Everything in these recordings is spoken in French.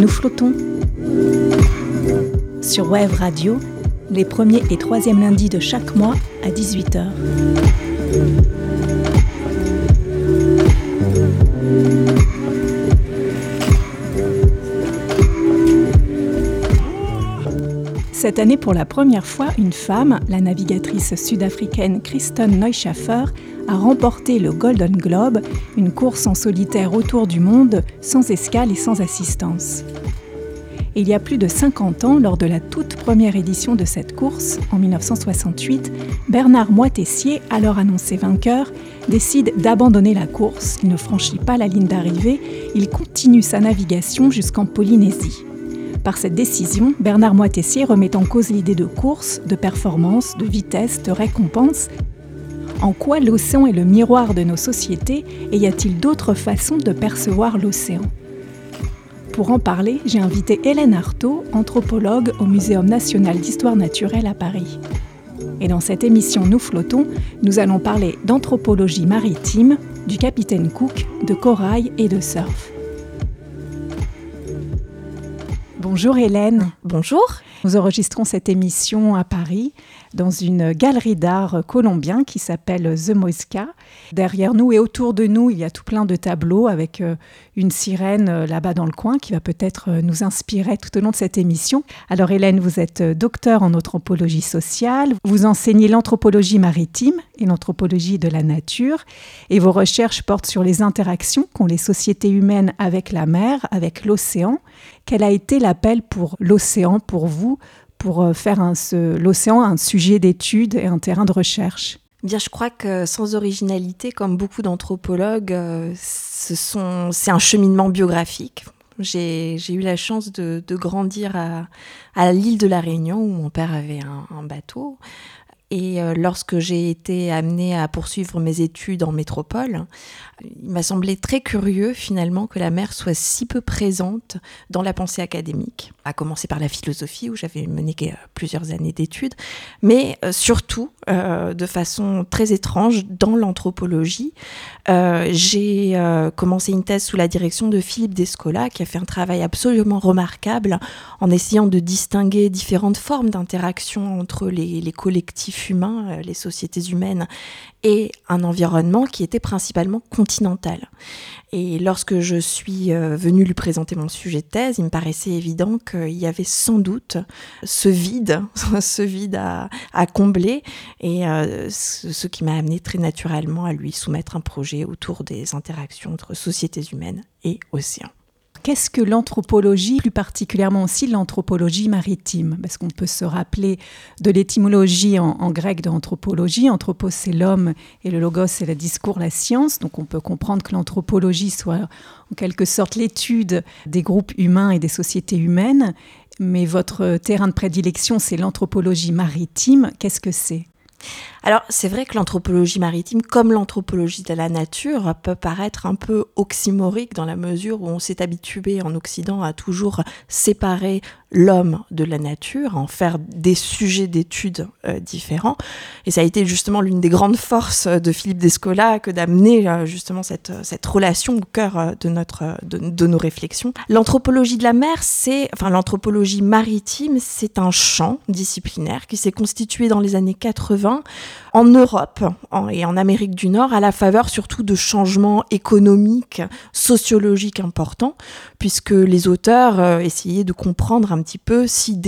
Nous flottons. Sur Wave Radio, les premiers et troisièmes lundis de chaque mois à 18h. Cette année, pour la première fois, une femme, la navigatrice sud-africaine Kirsten Neuschafer, a remporté le Golden Globe, une course en solitaire autour du monde, sans escale et sans assistance. Et il y a plus de 50 ans, lors de la toute première édition de cette course, en 1968, Bernard Moitessier, alors annoncé vainqueur, décide d'abandonner la course. Il ne franchit pas la ligne d'arrivée, il continue sa navigation jusqu'en Polynésie. Par cette décision, Bernard Moitessier remet en cause l'idée de course, de performance, de vitesse, de récompense. En quoi l'océan est le miroir de nos sociétés et y a-t-il d'autres façons de percevoir l'océan ? Pour en parler, j'ai invité Hélène Artaud, anthropologue au Muséum national d'histoire naturelle à Paris. Et dans cette émission Nous flottons, nous allons parler d'anthropologie maritime, du capitaine Cook, de corail et de surf. Bonjour Hélène. Bonjour. Nous enregistrons cette émission à Paris, dans une galerie d'art colombien qui s'appelle The Mosca. Derrière nous et autour de nous, il y a tout plein de tableaux avec une sirène là-bas dans le coin qui va peut-être nous inspirer tout au long de cette émission. Alors Hélène, vous êtes docteure en anthropologie sociale, vous enseignez l'anthropologie maritime et l'anthropologie de la nature et vos recherches portent sur les interactions qu'ont les sociétés humaines avec la mer, avec l'océan. Quel a été l'appel pour l'océan, pour vous, pour faire l'océan un sujet d'étude et un terrain de recherche ? Bien, je crois que sans originalité, comme beaucoup d'anthropologues, c'est un cheminement biographique. J'ai eu la chance de grandir à l'île de la Réunion, où mon père avait un bateau. Et lorsque j'ai été amenée à poursuivre mes études en métropole, il m'a semblé très curieux finalement que la mer soit si peu présente dans la pensée académique, à commencer par la philosophie où j'avais mené plusieurs années d'études, mais surtout de façon très étrange dans l'anthropologie. J'ai commencé une thèse sous la direction de Philippe Descola qui a fait un travail absolument remarquable en essayant de distinguer différentes formes d'interaction entre les collectifs humains, les sociétés humaines et un environnement qui était principalement continental. Et lorsque je suis venue lui présenter mon sujet de thèse, il me paraissait évident qu'il y avait sans doute ce vide à combler et ce qui m'a amené très naturellement à lui soumettre un projet autour des interactions entre sociétés humaines et océans. Qu'est-ce que l'anthropologie, plus particulièrement aussi l'anthropologie maritime ? Parce qu'on peut se rappeler de l'étymologie en grec de anthropologie. Anthropos, c'est l'homme et le logos, c'est le discours, la science. Donc on peut comprendre que l'anthropologie soit en quelque sorte l'étude des groupes humains et des sociétés humaines. Mais votre terrain de prédilection, c'est l'anthropologie maritime. Qu'est-ce que c'est ? Alors, c'est vrai que l'anthropologie maritime, comme l'anthropologie de la nature, peut paraître un peu oxymorique dans la mesure où on s'est habitué en Occident à toujours séparer l'homme de la nature, à en faire des sujets d'études différents. Et ça a été justement l'une des grandes forces de Philippe Descola que d'amener justement cette relation au cœur de nos réflexions. L'anthropologie de la mer, l'anthropologie maritime, c'est un champ disciplinaire qui s'est constitué dans les années 80 en Europe et en Amérique du Nord, à la faveur surtout de changements économiques, sociologiques importants, puisque les auteurs essayaient de comprendre un petit peu si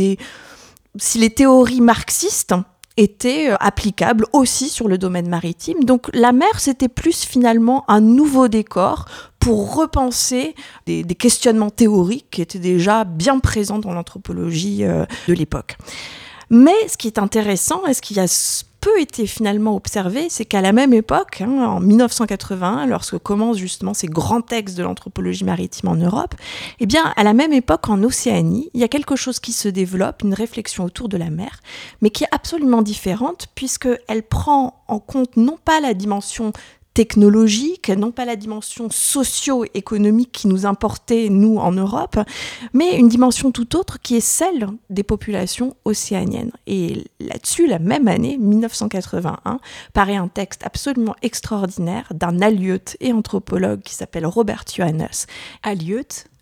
les théories marxistes étaient applicables aussi sur le domaine maritime. Donc la mer, c'était plus finalement un nouveau décor pour repenser des questionnements théoriques qui étaient déjà bien présents dans l'anthropologie de l'époque. Mais ce qui est intéressant et ce qui a peu été finalement observé, c'est qu'à la même époque, en 1981, lorsque commencent justement ces grands textes de l'anthropologie maritime en Europe, eh bien, à la même époque, en Océanie, il y a quelque chose qui se développe, une réflexion autour de la mer, mais qui est absolument différente, puisqu'elle prend en compte non pas la dimension technologique, non pas la dimension socio-économique qui nous importait, nous, en Europe, mais une dimension tout autre qui est celle des populations océaniennes. Et là-dessus, la même année, 1981, paraît un texte absolument extraordinaire d'un alieute et anthropologue qui s'appelle Robert Johannes. Alieute ?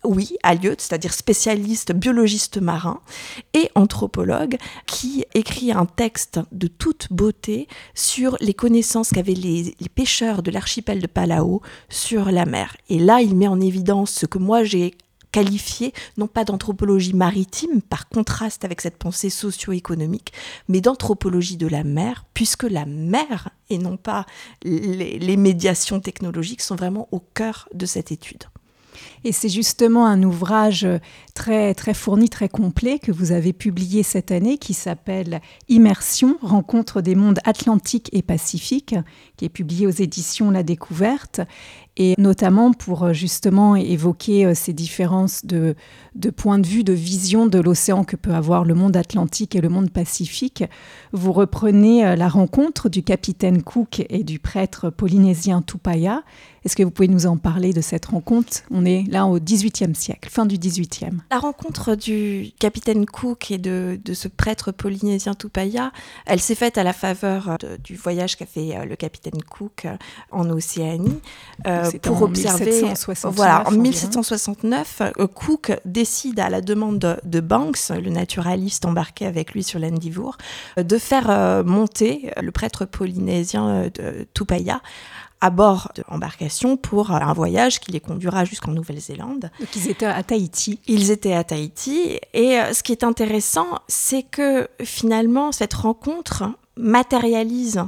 oui, Alliot, c'est-à-dire spécialiste, biologiste marin et anthropologue, qui écrit un texte de toute beauté sur les connaissances qu'avaient les pêcheurs de l'archipel de Palau sur la mer. Et là, il met en évidence ce que moi j'ai qualifié, non pas d'anthropologie maritime, par contraste avec cette pensée socio-économique, mais d'anthropologie de la mer, puisque la mer, et non pas les médiations technologiques, sont vraiment au cœur de cette étude. Et c'est justement un ouvrage très, très fourni, très complet que vous avez publié cette année qui s'appelle « Immersion, rencontre des mondes atlantiques et pacifiques » qui est publié aux éditions La Découverte et notamment pour justement évoquer ces différences de point de vue, de vision de l'océan que peut avoir le monde atlantique et le monde pacifique. Vous reprenez la rencontre du capitaine Cook et du prêtre polynésien Tupaia. Est-ce que vous pouvez nous en parler de cette rencontre ? On est là au XVIIIe siècle, fin du XVIIIe. La rencontre du capitaine Cook et de ce prêtre polynésien Tupaia, elle s'est faite à la faveur du voyage qu'a fait le capitaine Cook en Océanie pour observer. 1769, voilà, en environ. 1769, Cook décide à la demande de Banks, le naturaliste embarqué avec lui sur l'Endeavour, de faire monter le prêtre polynésien Tupaia à bord de l'embarcation pour un voyage qui les conduira jusqu'en Nouvelle-Zélande. Donc ils étaient à Tahiti. Ils étaient à Tahiti et ce qui est intéressant, c'est que finalement cette rencontre matérialise,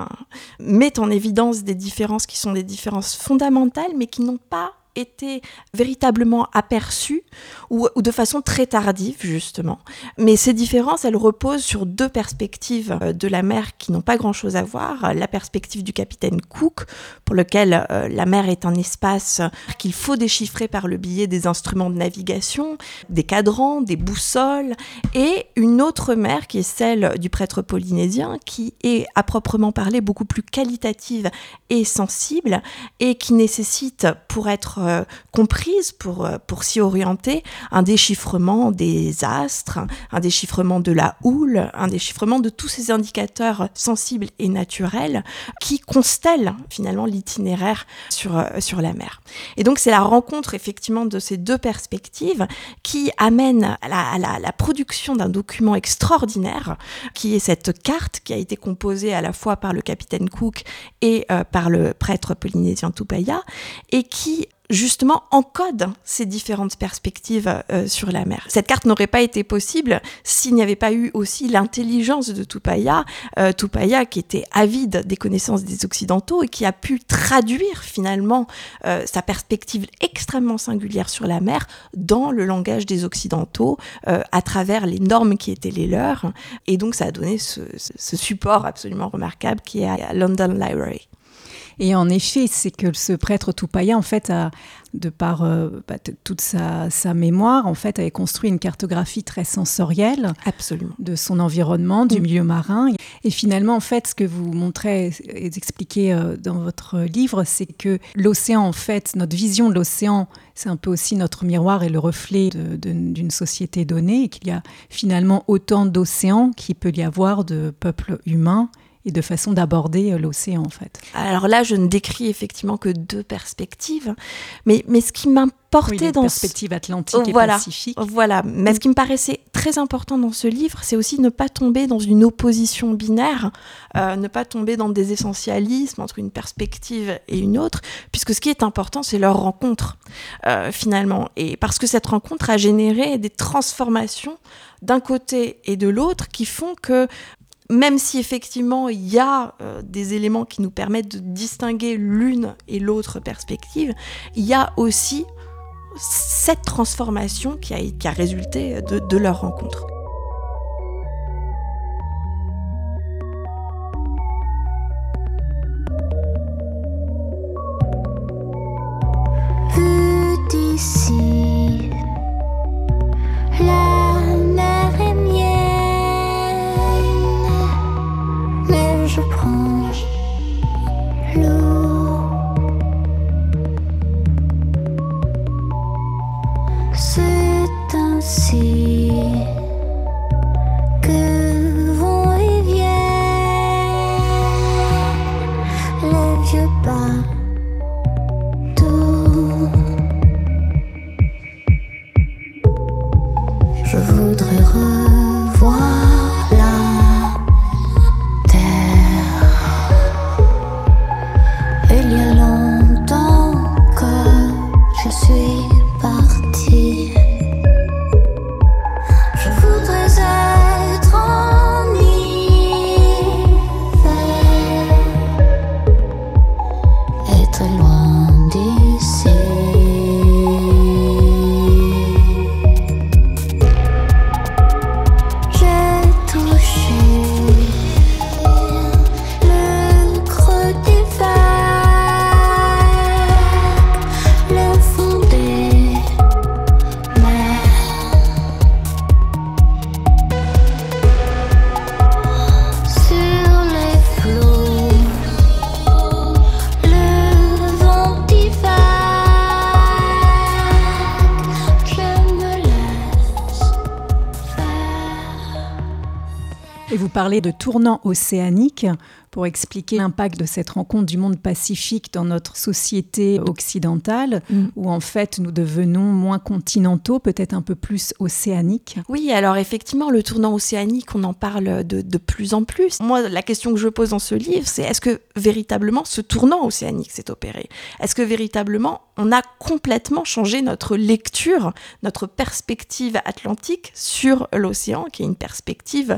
met en évidence des différences qui sont des différences fondamentales mais qui n'ont pas été véritablement aperçues ou de façon très tardive justement. Mais ces différences, elles reposent sur deux perspectives de la mer qui n'ont pas grand-chose à voir. La perspective du capitaine Cook, pour lequel la mer est un espace qu'il faut déchiffrer par le biais des instruments de navigation, des cadrans, des boussoles, et une autre mer qui est celle du prêtre polynésien, qui est à proprement parler beaucoup plus qualitative et sensible, et qui nécessite, pour être comprise, pour s'y orienter, un déchiffrement des astres, un déchiffrement de la houle, un déchiffrement de tous ces indicateurs sensibles et naturels qui constellent finalement l'itinéraire sur la mer. Et donc c'est la rencontre effectivement de ces deux perspectives qui amène à la production d'un document extraordinaire qui est cette carte qui a été composée à la fois par le capitaine Cook et par le prêtre polynésien Tupaia et qui justement encode ces différentes perspectives sur la mer. Cette carte n'aurait pas été possible s'il n'y avait pas eu aussi l'intelligence de Tupaia qui était avide des connaissances des Occidentaux et qui a pu traduire finalement sa perspective extrêmement singulière sur la mer dans le langage des Occidentaux à travers les normes qui étaient les leurs. Et donc ça a donné ce support absolument remarquable qui est à London Library. Et en effet, c'est que ce prêtre Tupaia, en fait, de par toute sa mémoire, en fait, avait construit une cartographie très sensorielle. Absolument. De son environnement, du milieu marin. Et finalement, en fait, ce que vous montrez et expliquez dans votre livre, c'est que l'océan, en fait, notre vision de l'océan, c'est un peu aussi notre miroir et le reflet d'une société donnée, et qu'il y a finalement autant d'océans qu'il peut y avoir de peuples humains et de façon d'aborder l'océan, en fait. Alors là, je ne décris effectivement que deux perspectives, mais ce qui m'importait dans... perspective atlantique et pacifique. Voilà, mais ce qui me paraissait très important dans ce livre, c'est aussi ne pas tomber dans une opposition binaire, ne pas tomber dans des essentialismes entre une perspective et une autre, puisque ce qui est important, c'est leur rencontre, finalement. Et parce que cette rencontre a généré des transformations d'un côté et de l'autre qui font que même si effectivement il y a des éléments qui nous permettent de distinguer l'une et l'autre perspective, il y a aussi cette transformation qui a résulté de leur rencontre. Vu d'ici, la mer est mienne. Je prends l'eau. C'est ainsi que vont et viennent les vieux bateaux. parlez de tournant océanique pour expliquer l'impact de cette rencontre du monde pacifique dans notre société occidentale, où en fait nous devenons moins continentaux, peut-être un peu plus océaniques. Oui, alors effectivement, le tournant océanique, on en parle de plus en plus. Moi, la question que je pose dans ce livre, c'est est-ce que véritablement ce tournant océanique s'est opéré ? Est-ce que véritablement on a complètement changé notre lecture, notre perspective atlantique sur l'océan, qui est une perspective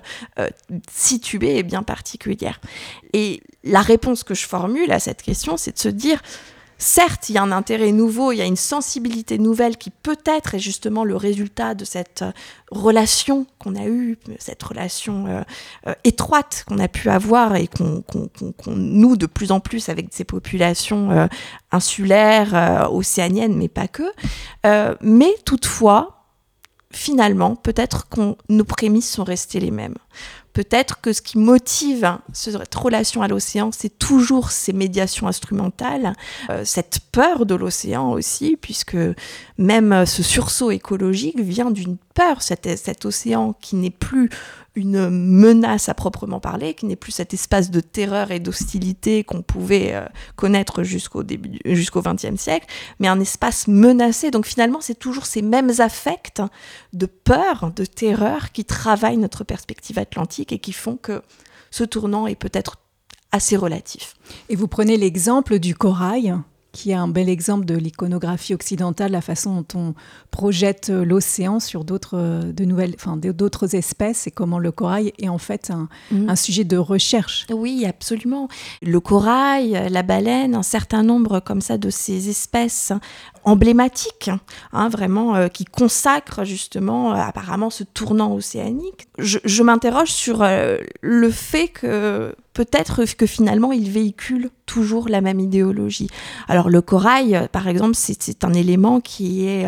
située et bien particulière ? Et la réponse que je formule à cette question, c'est de se dire, certes, il y a un intérêt nouveau, il y a une sensibilité nouvelle qui peut-être est justement le résultat de cette relation qu'on a eue, cette relation étroite qu'on a pu avoir et qu'on noue de plus en plus avec ces populations insulaires, océaniennes, mais pas que. Mais toutefois, finalement, peut-être que nos prémices sont restées les mêmes. Peut-être que ce qui motive cette relation à l'océan, c'est toujours ces médiations instrumentales, cette peur de l'océan aussi, puisque même ce sursaut écologique vient d'une peur, cet océan qui n'est plus une menace à proprement parler, qui n'est plus cet espace de terreur et d'hostilité qu'on pouvait connaître jusqu'au XXe siècle, mais un espace menacé. Donc finalement, c'est toujours ces mêmes affects de peur, de terreur qui travaillent notre perspective atlantique et qui font que ce tournant est peut-être assez relatif. Et vous prenez l'exemple du corail, qui est un bel exemple de l'iconographie occidentale, la façon dont on projette l'océan sur d'autres espèces et comment le corail est en fait un sujet de recherche. Oui, absolument. Le corail, la baleine, un certain nombre comme ça de ces espèces emblématiques, vraiment, qui consacrent justement apparemment ce tournant océanique. Je m'interroge sur le fait que peut-être que finalement il véhicule toujours la même idéologie. Alors le corail, par exemple, c'est un élément qui est...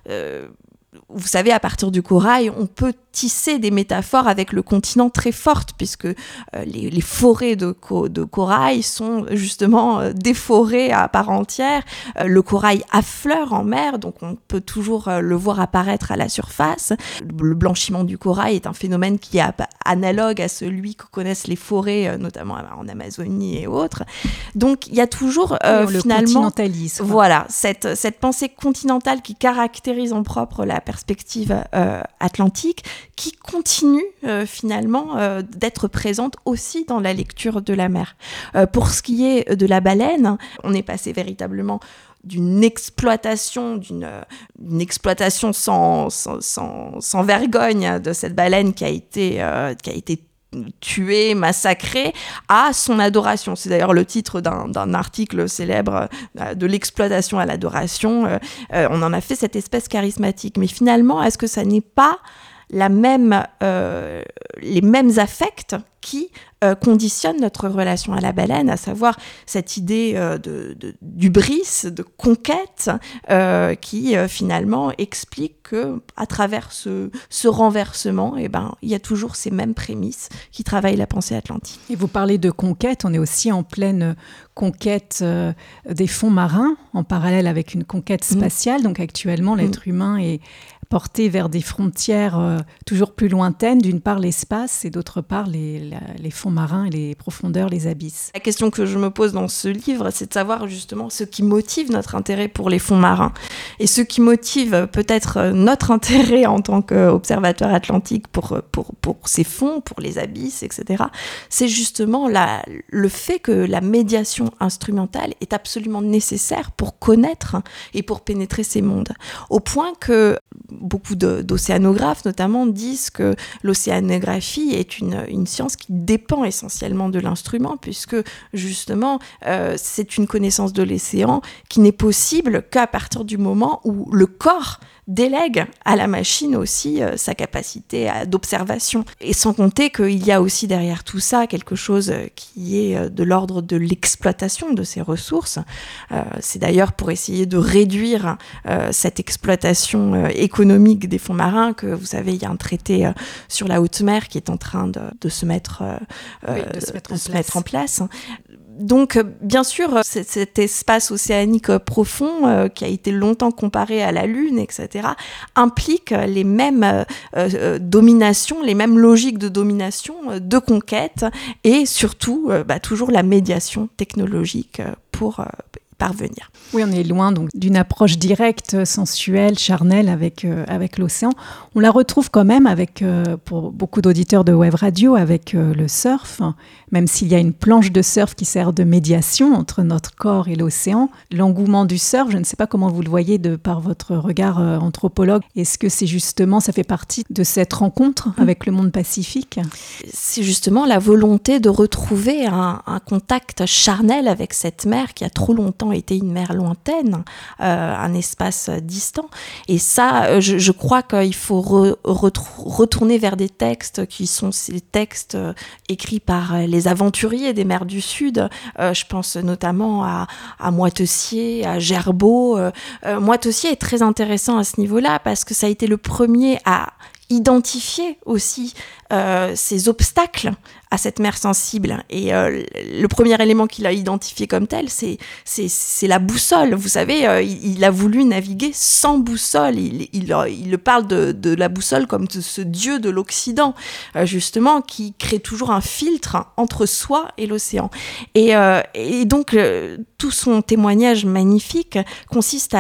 vous savez, à partir du corail, on peut tisser des métaphores avec le continent très fortes, puisque les forêts de corail sont justement des forêts à part entière. Le corail affleure en mer, donc on peut toujours le voir apparaître à la surface. Le blanchiment du corail est un phénomène qui est analogue à celui que connaissent les forêts, notamment en Amazonie et autres. Donc il y a toujours le finalement... continentalisme. Voilà, cette pensée continentale qui caractérise en propre la perspective atlantique, qui continue finalement d'être présente aussi dans la lecture de la mer. Pour ce qui est de la baleine, on est passé véritablement d'une exploitation sans vergogne de cette baleine qui a été tuée, massacrée, à son adoration. C'est d'ailleurs le titre d'un article célèbre, de l'exploitation à l'adoration. On en a fait cette espèce charismatique. Mais finalement, est-ce que ça n'est pas les mêmes affects qui conditionnent notre relation à la baleine, à savoir cette idée d'hubris, de conquête, qui finalement explique que à travers ce renversement, il y a toujours ces mêmes prémices qui travaillent la pensée atlantique. Et vous parlez de conquête, on est aussi en pleine conquête des fonds marins, en parallèle avec une conquête spatiale. Donc actuellement, l'être humain est porté vers des frontières toujours plus lointaines, d'une part l'espace et d'autre part les fonds marins et les profondeurs, les abysses. La question que je me pose dans ce livre, c'est de savoir justement ce qui motive notre intérêt pour les fonds marins. Et ce qui motive peut-être notre intérêt en tant qu'observateur atlantique pour ces fonds, pour les abysses, etc., c'est justement le fait que la médiation instrumentale est absolument nécessaire pour connaître et pour pénétrer ces mondes. Au point que beaucoup d'océanographes notamment disent que l'océanographie est une science qui dépend essentiellement de l'instrument, puisque justement c'est une connaissance de l'océan qui n'est possible qu'à partir du moment où le corps délègue à la machine aussi sa capacité d'observation. Et sans compter qu'il y a aussi derrière tout ça quelque chose qui est de l'ordre de l'exploitation de ces ressources. C'est d'ailleurs pour essayer de réduire cette exploitation économique des fonds marins que, vous savez, il y a un traité sur la haute mer qui est en train de se mettre en place. Donc, bien sûr, cet espace océanique profond, qui a été longtemps comparé à la Lune, etc., implique les mêmes dominations, les mêmes logiques de domination, de conquête, et surtout, toujours la médiation technologique pour parvenir. Oui, on est loin donc d'une approche directe, sensuelle, charnelle avec l'océan. On la retrouve quand même pour beaucoup d'auditeurs de Web Radio, avec le surf, même s'il y a une planche de surf qui sert de médiation entre notre corps et l'océan. L'engouement du surf, je ne sais pas comment vous le voyez par votre regard anthropologue. Est-ce que c'est justement, ça fait partie de cette rencontre avec le monde pacifique ? C'est justement la volonté de retrouver un contact charnel avec cette mer qui a trop longtemps été une mer lointaine, un espace distant. Et ça, je crois qu'il faut retourner vers des textes qui sont ces textes écrits par les aventuriers des mers du Sud. Je pense notamment à Moitessier, à Gerbaud. Moitessier est très intéressant à ce niveau-là parce que ça a été le premier à identifier aussi ces obstacles à cette mer sensible. Et le premier élément qu'il a identifié comme tel, c'est la boussole. Vous savez, il a voulu naviguer sans boussole. Il parle de la boussole comme de ce dieu de l'Occident, justement, qui crée toujours un filtre entre soi et l'océan. Et donc, tout son témoignage magnifique consiste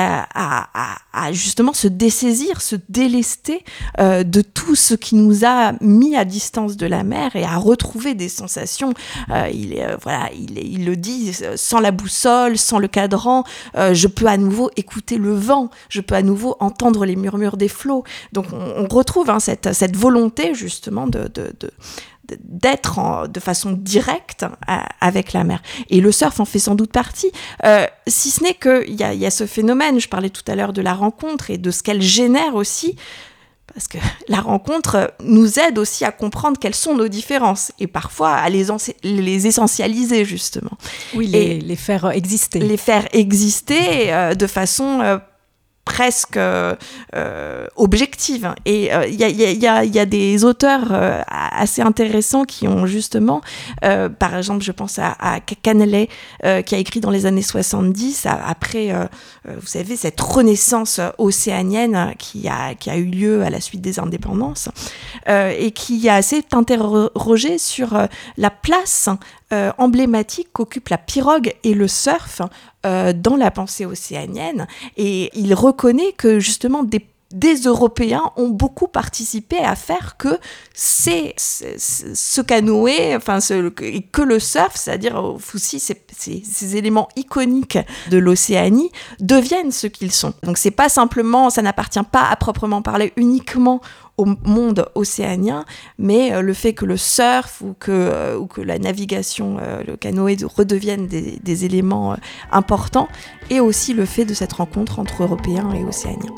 à justement se dessaisir, se délester de tout ce qui nous a mis à distance de la mer et à retrouver des sensations. Il le dit, sans la boussole, sans le cadran, je peux à nouveau écouter le vent, je peux à nouveau entendre les murmures des flots. Donc on retrouve cette volonté justement d'être de façon directe avec la mer. Et le surf en fait sans doute partie, si ce n'est qu'il y a ce phénomène, je parlais tout à l'heure de la rencontre et de ce qu'elle génère aussi, parce que la rencontre nous aide aussi à comprendre quelles sont nos différences et parfois à les essentialiser, justement. Oui, les faire exister. Les faire exister de façon presque objective. Et il y a des auteurs assez intéressants qui ont justement, par exemple, je pense à Caneley, qui a écrit dans les années 70, après, vous savez, cette renaissance océanienne qui a eu lieu à la suite des indépendances, et qui a assez interrogé sur la place emblématique qu'occupent la pirogue et le surf dans la pensée océanienne, et il reconnaît que justement des Européens ont beaucoup participé à faire que ce canoë, que le surf, c'est-à-dire aussi ces éléments iconiques de l'Océanie, deviennent ce qu'ils sont. Donc c'est pas simplement, ça n'appartient pas à proprement parler uniquement au monde océanien, mais le fait que le surf ou que la navigation, le canoë redeviennent des éléments importants, et aussi le fait de cette rencontre entre Européens et Océaniens.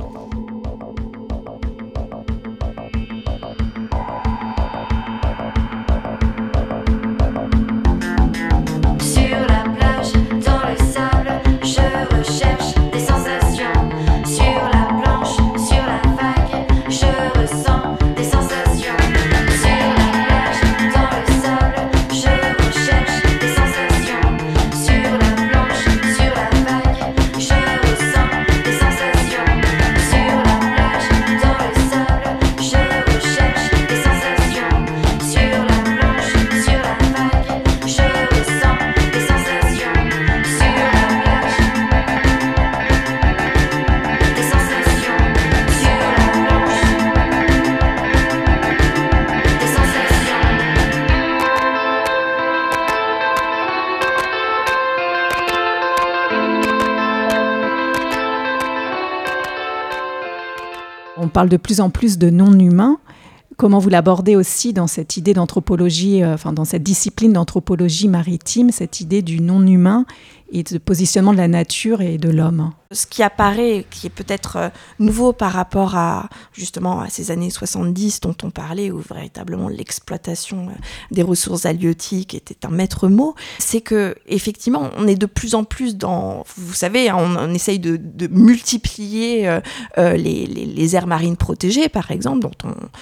On parle de plus en plus de non-humains. Comment vous l'abordez aussi dans cette idée d'anthropologie, dans cette discipline d'anthropologie maritime, cette idée du non-humain et de positionnement de la nature et de l'homme ? Ce qui apparaît, qui est peut-être nouveau par rapport à ces années 70 dont on parlait, où véritablement l'exploitation des ressources halieutiques était un maître mot, c'est que effectivement on est de plus en plus vous savez, on essaye de multiplier les aires marines protégées, par exemple, dont on se rend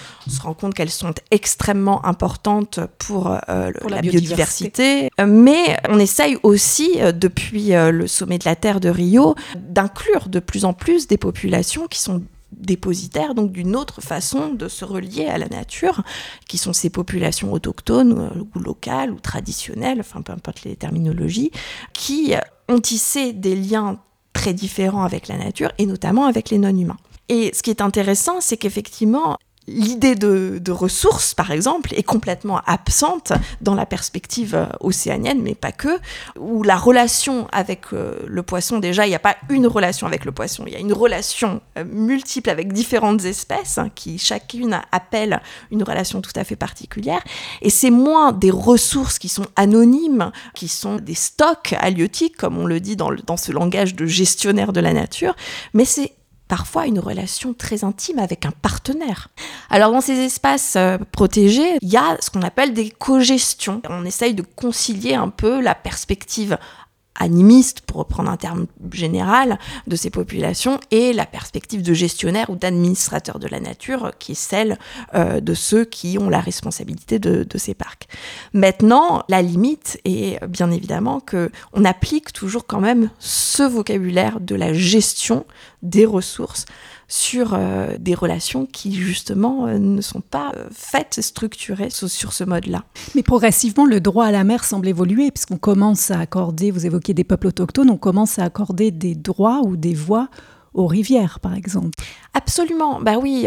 rend compte qu'elles sont extrêmement importantes pour la biodiversité. Mais on essaye aussi, depuis le sommet de la Terre de Rio, d'inclure de plus en plus des populations qui sont dépositaires donc d'une autre façon de se relier à la nature, qui sont ces populations autochtones ou locales ou traditionnelles, enfin peu importe les terminologies, qui ont tissé des liens très différents avec la nature et notamment avec les non-humains. Et ce qui est intéressant, c'est qu'effectivement, l'idée de ressources, par exemple, est complètement absente dans la perspective océanienne, mais pas que, où la relation avec le poisson, déjà, il n'y a pas une relation avec le poisson, il y a une relation multiple avec différentes espèces, qui chacune appelle une relation tout à fait particulière, et c'est moins des ressources qui sont anonymes, qui sont des stocks halieutiques, comme on le dit dans ce langage de gestionnaire de la nature, mais c'est parfois une relation très intime avec un partenaire. Alors dans ces espaces protégés, il y a ce qu'on appelle des cogestions. On essaye de concilier un peu la perspective animiste, pour reprendre un terme général, de ces populations, et la perspective de gestionnaire ou d'administrateur de la nature, qui est celle de ceux qui ont la responsabilité de ces parcs. Maintenant, la limite est bien évidemment qu'on applique toujours quand même ce vocabulaire de la gestion des ressources sur des relations qui, justement, ne sont pas faites et structurées sur ce mode-là. Mais progressivement, le droit à la mer semble évoluer, puisqu'on commence à accorder, vous évoquez des peuples autochtones, on commence à accorder des droits ou des voies aux rivières, par exemple. Absolument, bah oui.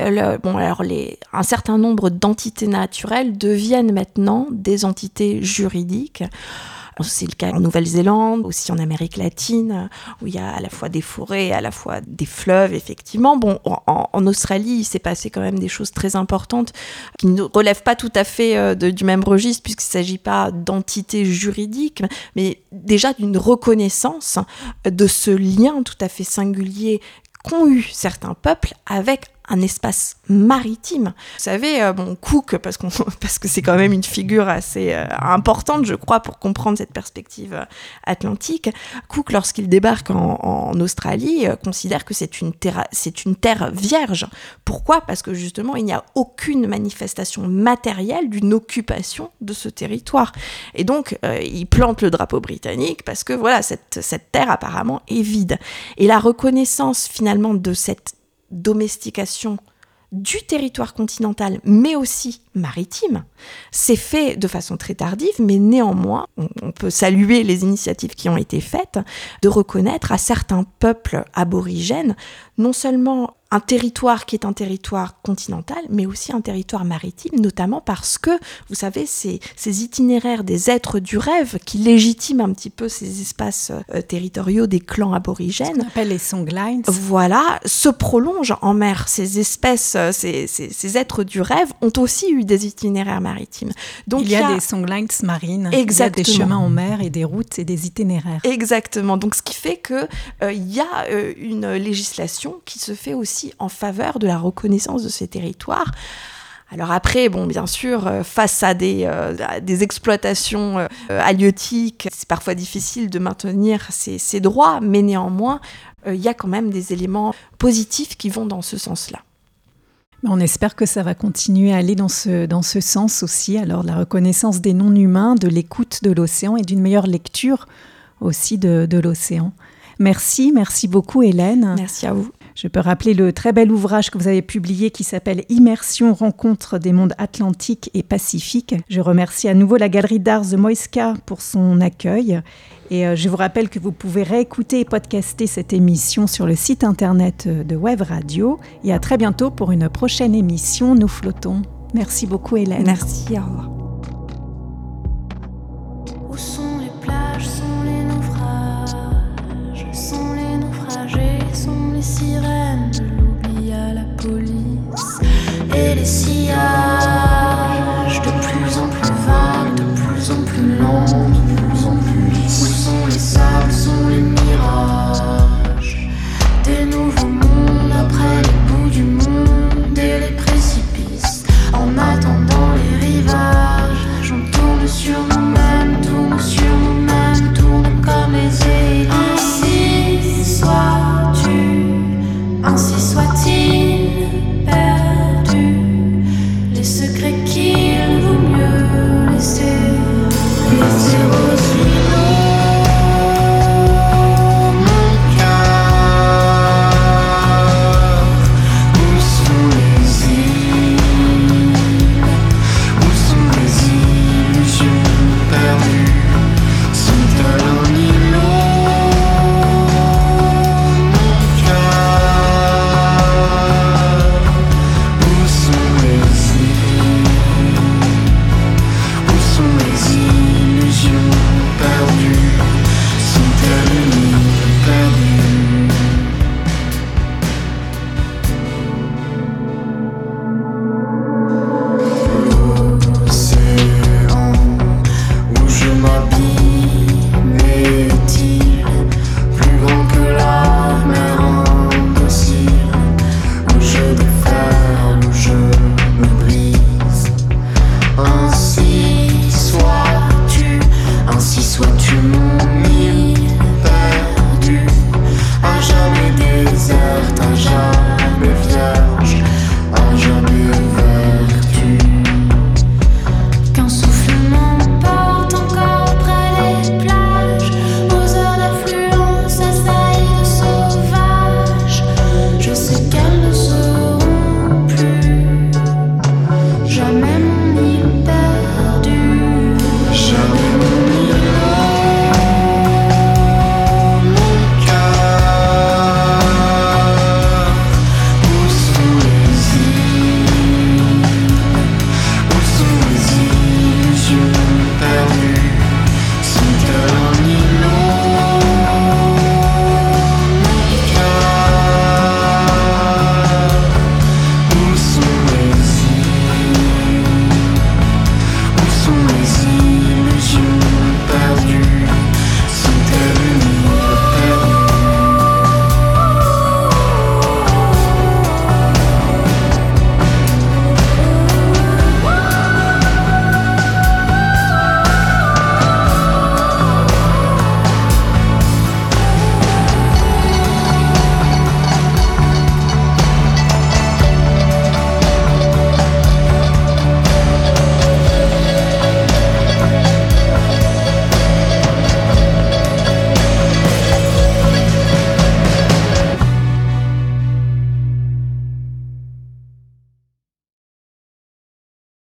Un certain nombre d'entités naturelles deviennent maintenant des entités juridiques. C'est le cas en Nouvelle-Zélande, aussi en Amérique latine, où il y a à la fois des forêts, à la fois des fleuves, effectivement. Bon, en Australie, il s'est passé quand même des choses très importantes qui ne relèvent pas tout à fait du même registre, puisqu'il ne s'agit pas d'entités juridiques, mais déjà d'une reconnaissance de ce lien tout à fait singulier qu'ont eu certains peuples avec un espace maritime. Vous savez, Cook, parce que c'est quand même une figure assez importante, je crois, pour comprendre cette perspective atlantique. Cook, lorsqu'il débarque en Australie, considère que c'est une terre vierge. Pourquoi ? Parce que justement, il n'y a aucune manifestation matérielle d'une occupation de ce territoire. Et donc, il plante le drapeau britannique parce que voilà, cette terre apparemment est vide. Et la reconnaissance finalement de cette domestication du territoire continental, mais aussi maritime, c'est fait de façon très tardive, mais néanmoins, on peut saluer les initiatives qui ont été faites de reconnaître à certains peuples aborigènes non seulement un territoire qui est un territoire continental, mais aussi un territoire maritime, notamment parce que, vous savez, ces itinéraires des êtres du rêve qui légitiment un petit peu ces espaces territoriaux des clans aborigènes, ce qu'on appelle les songlines, voilà, se prolongent en mer. Ces espèces, ces êtres du rêve ont aussi eu des itinéraires maritimes. Donc, il y a des songlines marines, exactement. Il y a des chemins en mer et des routes et des itinéraires. Exactement. Donc, ce qui fait que y a une législation qui se fait aussi en faveur de la reconnaissance de ces territoires. Alors après, bien sûr, face à des exploitations halieutiques, c'est parfois difficile de maintenir ces droits, mais néanmoins, il y a quand même des éléments positifs qui vont dans ce sens-là. On espère que ça va continuer à aller dans ce sens aussi, alors de la reconnaissance des non-humains, de l'écoute de l'océan et d'une meilleure lecture aussi de l'océan. Merci beaucoup Hélène. Merci à vous. Je peux rappeler le très bel ouvrage que vous avez publié qui s'appelle « Immersion, rencontre des mondes atlantiques et pacifiques ». Je remercie à nouveau la Galerie d'Art The Moïska pour son accueil. Et je vous rappelle que vous pouvez réécouter et podcaster cette émission sur le site internet de Web Radio. Et à très bientôt pour une prochaine émission Nous flottons. Merci beaucoup Hélène. Merci, au revoir.